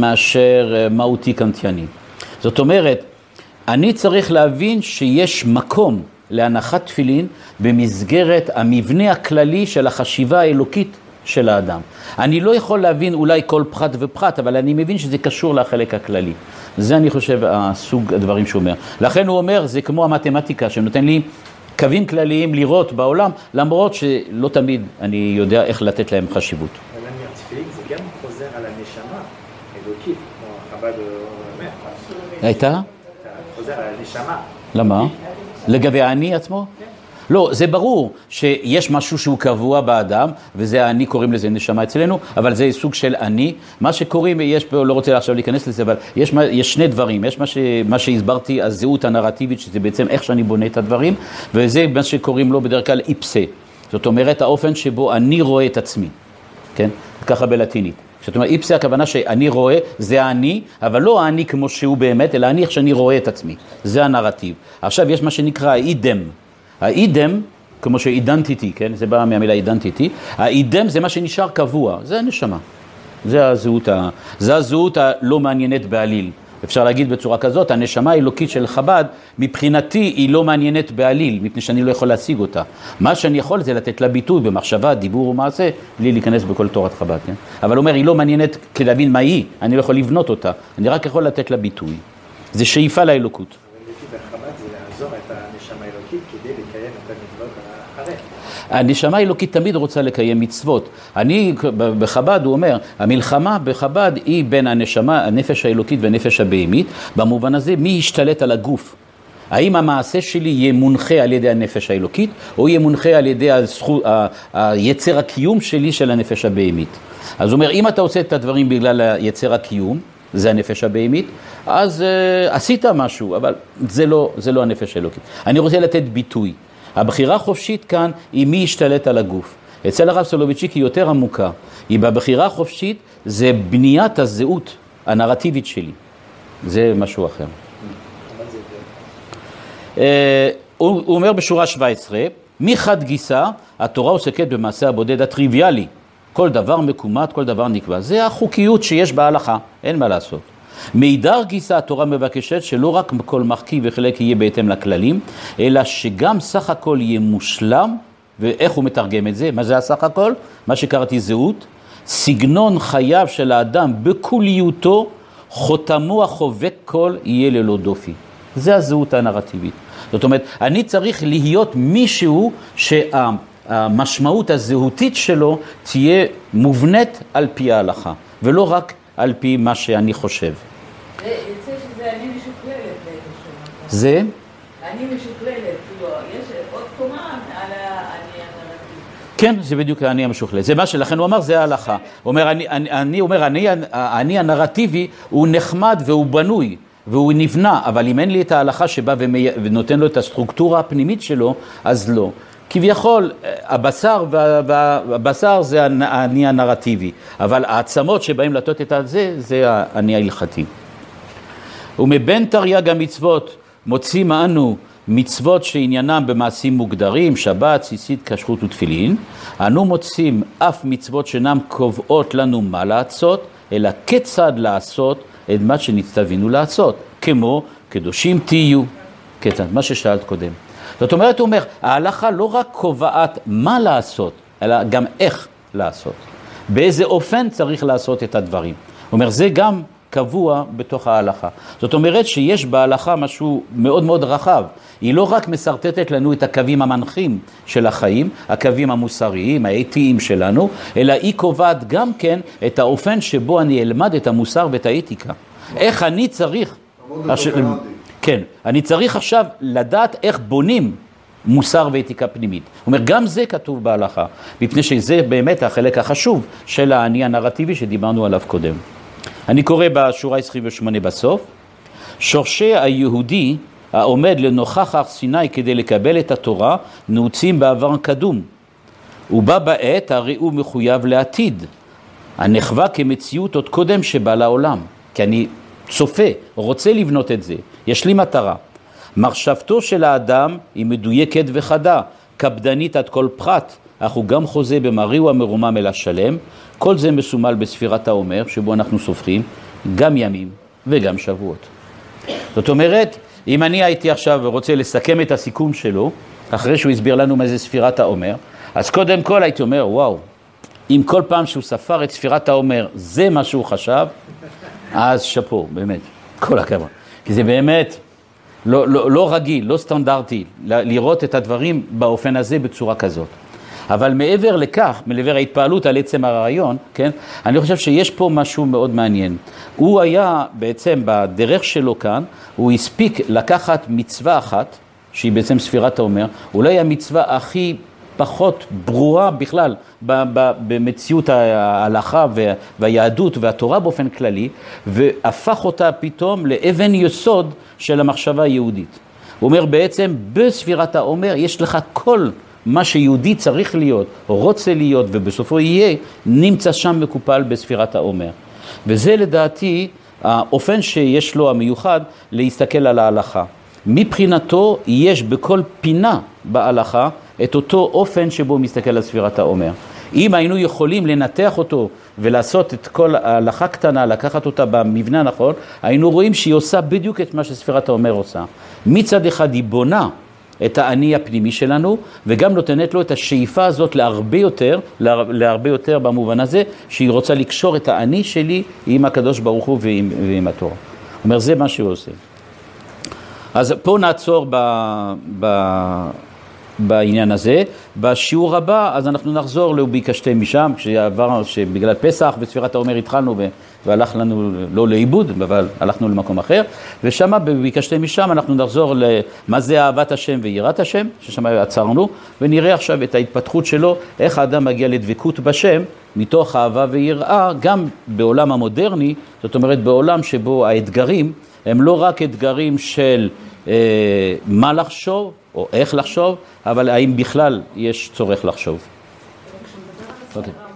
מאשר מהותי קנטיאני. זאת אומרת, אני צריך להבין שיש מקום להנחת תפילין במסגרת המבנה הכללי של החשיבה האלוקית של האדם. אני לא יכול להבין אולי כל פחת ופחת, אבל אני מבין שזה קשור לחלק הכללי. זה אני חושב הסוג הדברים שהוא אומר. לכן הוא אומר, זה כמו המתמטיקה שנותן לי קווים כלליים לראות בעולם, למרות שלא תמיד אני יודע איך לתת להם חשיבות. אבל אני התפיל, זה גם חוזר על הנשמה אלוקית, כמו חב"ד אומר. הייתה? חוזר על הנשמה. למה? לגבי האני עצמו? כן. לא, זה ברור שיש משהו שהוא קבוע באדם, וזה האני, קוראים לזה נשמה אצלנו, אבל זה סוג של אני. מה שקוראים, יש פה, לא רוצה עכשיו להיכנס לזה, אבל יש, יש שני דברים. יש מה, ש, מה שהסברתי, הזהות הנרטיבית, שזה בעצם איך שאני בונה את הדברים, וזה מה שקוראים לו בדרך כלל איפסה. זאת אומרת, האופן שבו אני רואה את עצמי. כן? ככה בלטינית. זאת אומרת, איפסה הכוונה שאני רואה, זה האני, אבל לא האני כמו שהוא באמת, אלא אני איך שאני רואה את עצמי. זה הנרטיב. עכשיו יש מה שנקרא האידם. האידם, כמו שאידנטיטי, כן? זה בא מהמילה אידנטיטי. האידם זה מה שנשאר קבוע, זה הנשמה. זה הזהות, ה... זה הזהות הלא מעניינת בעליל. אפשר להגיד בצורה כזאת, הנשמה האלוקית של חב"ד, מבחינתי היא לא מעניינת בעליל, מפני שאני לא יכול להשיג אותה. מה שאני יכול זה לתת לה ביטוי במחשבה, דיבור ומעשה, בלי להיכנס בכל תורת חב"ד, כן? אבל אומר, היא לא מעניינת כדי להבין מה היא, אני לא יכול לבנות אותה, אני רק יכול לתת לה ביטוי. זה שאיפה לאלוקות. אבל לפי בחב"ד זה לעזור את הנשמה האלוקית כדי לקיים את המצוות אחרי. הנשמה האלוקית תמיד רוצה לקיים מצוות. אני, בחב"ד, הוא אומר, המלחמה בחב"ד היא בין הנשמה, הנפש האלוקית והנפש הבהמית, במובן הזה, מי ישתלט על הגוף? האם המעשה שלי יהיה מונחה על ידי הנפש האלוקית, או יהיה מונחה על ידי הזכות, היצר הקיום שלי של הנפש הבהמית? אז הוא אומר, אם אתה עושה את הדברים בגלל היצר הקיום, זה הנפש הבהמית, אז uh, עשית משהו, אבל זה לא, זה לא הנפש האלוקית. אני רוצה לתת ביטוי. הבחירה החופשית כאן היא מי ישתלט על הגוף. אצל הרב סולובייצ'יק היא יותר עמוקה. היא בבחירה החופשית זה בניית הזהות הנרטיבית שלי. זה משהו אחר. הוא, הוא אומר בשורה שבע עשרה, מחד גיסא, התורה עוסקת במעשה הבודד הטריוויאלי, כל דבר מקומט, כל דבר נקבע. זה החוקיות שיש בהלכה, אין מה לעשות. מאידר גיסא התורה מבקשת שלא רק כל מרכיב וחלק יהיה בהתאם לכללים, אלא שגם סך הכל יהיה מושלם, ואיך הוא מתרגם את זה? מה זה הסך הכל? מה שקראתי זהות, סגנון חייו של האדם בכוליותו, חותמו החובק כל יהיה ללא דופי. זה הזהות הנרטיבית. זאת אומרת, אני צריך להיות מישהו שהמשמעות הזהותית שלו תהיה מובנית על פי ההלכה, ולא רק על פי מה שאני חושב. זה יוצא שזה אני משוקללת באיזשהו. זה? אני משוקללת, כאילו, יש עוד קומה על האני הנרטיבי. כן, זה בדיוק האני המשוכלל. זה מה שלכן הוא אמר, זה ההלכה. הוא אומר, אני, אני, אני אומר, אני, אני הנרטיבי הוא נחמד והוא בנוי והוא נבנה, אבל אם אין לי את ההלכה שבא ומי, ונותן לו את הסטרוקטורה הפנימית שלו, אז לא. כביכול, הבשר והבשר זה האני הנרטיבי, אבל העצמות שבאים לתת את זה, זה האני ההלכתי. ומבין תרי"ג המצוות מוצאים אנו מצוות שעניינם במעשים מוגדרים, שבת, ציצית, כשרות ותפילין. אנו מוצאים אף מצוות שאינם קובעות לנו מה לעשות, אלא כיצד לעשות את מה שנצטווינו לעשות, כמו קדושים תהיו. כיצד, מה ששאלת קודם. זאת אומרת, הוא אומר, ההלכה לא רק קובעת מה לעשות, אלא גם איך לעשות. באיזה אופן צריך לעשות את הדברים. הוא אומר, זה גם קבוע בתוך ההלכה. זאת אומרת שיש בהלכה משהו מאוד מאוד רחב. היא לא רק מסרטטת לנו את הקווים המנחים של החיים, הקווים המוסריים, האתיים שלנו, אלא היא קובעת גם כן את האופן שבו אני אלמד את המוסר ואת האתיקה. איך אני צריך... כן, אני צריך עכשיו לדעת איך בונים מוסר ואתיקה פנימית. הוא אומר, גם זה כתוב בהלכה, מפני שזה באמת החלק החשוב של האני הנרטיבי שדיברנו עליו קודם. אני קורא בשורה עשרים ושמונה בסוף, שורשי היהודי העומד לנוכח הר סיני כדי לקבל את התורה נעוצים בעבר קדום, ובא בעת הרי הוא מחויב לעתיד, הנחווה כמציאות עוד קודם שבא לעולם, כי אני צופה, רוצה לבנות את זה, יש לי מטרה. מחשבתו של האדם היא מדויקת וחדה, קפדנית עד כל פרט, אך הוא גם חוזה במריהו המרומם אל השלם. כל זה מסומל בספירת העומר, שבו אנחנו סופרים גם ימים וגם שבועות. זאת אומרת, אם אני הייתי עכשיו ורוצה לסכם את הסיכום שלו, אחרי שהוא הסביר לנו מה זה ספירת העומר, אז קודם כל הייתי אומר, וואו, אם כל פעם שהוא ספר את ספירת העומר, זה מה שהוא חשב, אז שפו, באמת, כל הכבוד. כי זה באמת לא, לא, לא רגיל, לא סטנדרטי, לראות את הדברים באופן הזה בצורה כזאת. אבל מעבר לכך, מעבר ההתפעלות על עצם הרעיון, כן? אני חושב שיש פה משהו מאוד מעניין. הוא היה בעצם בדרך שלו כאן, הוא הספיק לקחת מצווה אחת, שהיא בעצם ספירת העומר, אולי המצווה הכי פחות ברורה בכלל במציאות ההלכה והיהדות והתורה באופן כללי, והפך אותה פתאום לאבן יסוד של המחשבה היהודית. הוא אומר בעצם בספירת העומר יש לך כל מה שיהודי צריך להיות, רוצה להיות, ובסופו יהיה, נמצא שם מקופל בספירת העומר. וזה לדעתי האופן שיש לו המיוחד להסתכל על ההלכה. מבחינתו יש בכל פינה בהלכה את אותו אופן שבו הוא מסתכל על ספירת העומר. אם היינו יכולים לנתח אותו ולעשות את כל ההלכה קטנה, לקחת אותה במבנה הנכון, היינו רואים שהיא עושה בדיוק את מה שספירת העומר עושה. מצד אחד היא בונה את האני הפנימי שלנו, וגם נותנת לו את השאיפה הזאת להרבה יותר, להרבה יותר במובן הזה, שהיא רוצה לקשור את האני שלי עם הקדוש ברוך הוא ועם, ועם התורה. זאת אומרת, זה מה שהוא עושה. אז פה נעצור ב, ב, בעניין הזה. בשיעור הבא, אז אנחנו נחזור לביקשתי משם, כשעבר, שבגלל פסח וספירת העומר התחלנו, והלך לנו לא לאיבוד, אבל הלכנו למקום אחר, ושם ביקשתי משם אנחנו נחזור למה זה אהבת השם ויראת השם, ששם עצרנו, ונראה עכשיו את ההתפתחות שלו, איך האדם מגיע לדבקות בשם, מתוך אהבה ויראה, גם בעולם המודרני, זאת אומרת בעולם שבו האתגרים, הם לא רק אתגרים של אה, מה לחשוב, או איך לחשוב, אבל האם בכלל יש צורך לחשוב. אוקיי.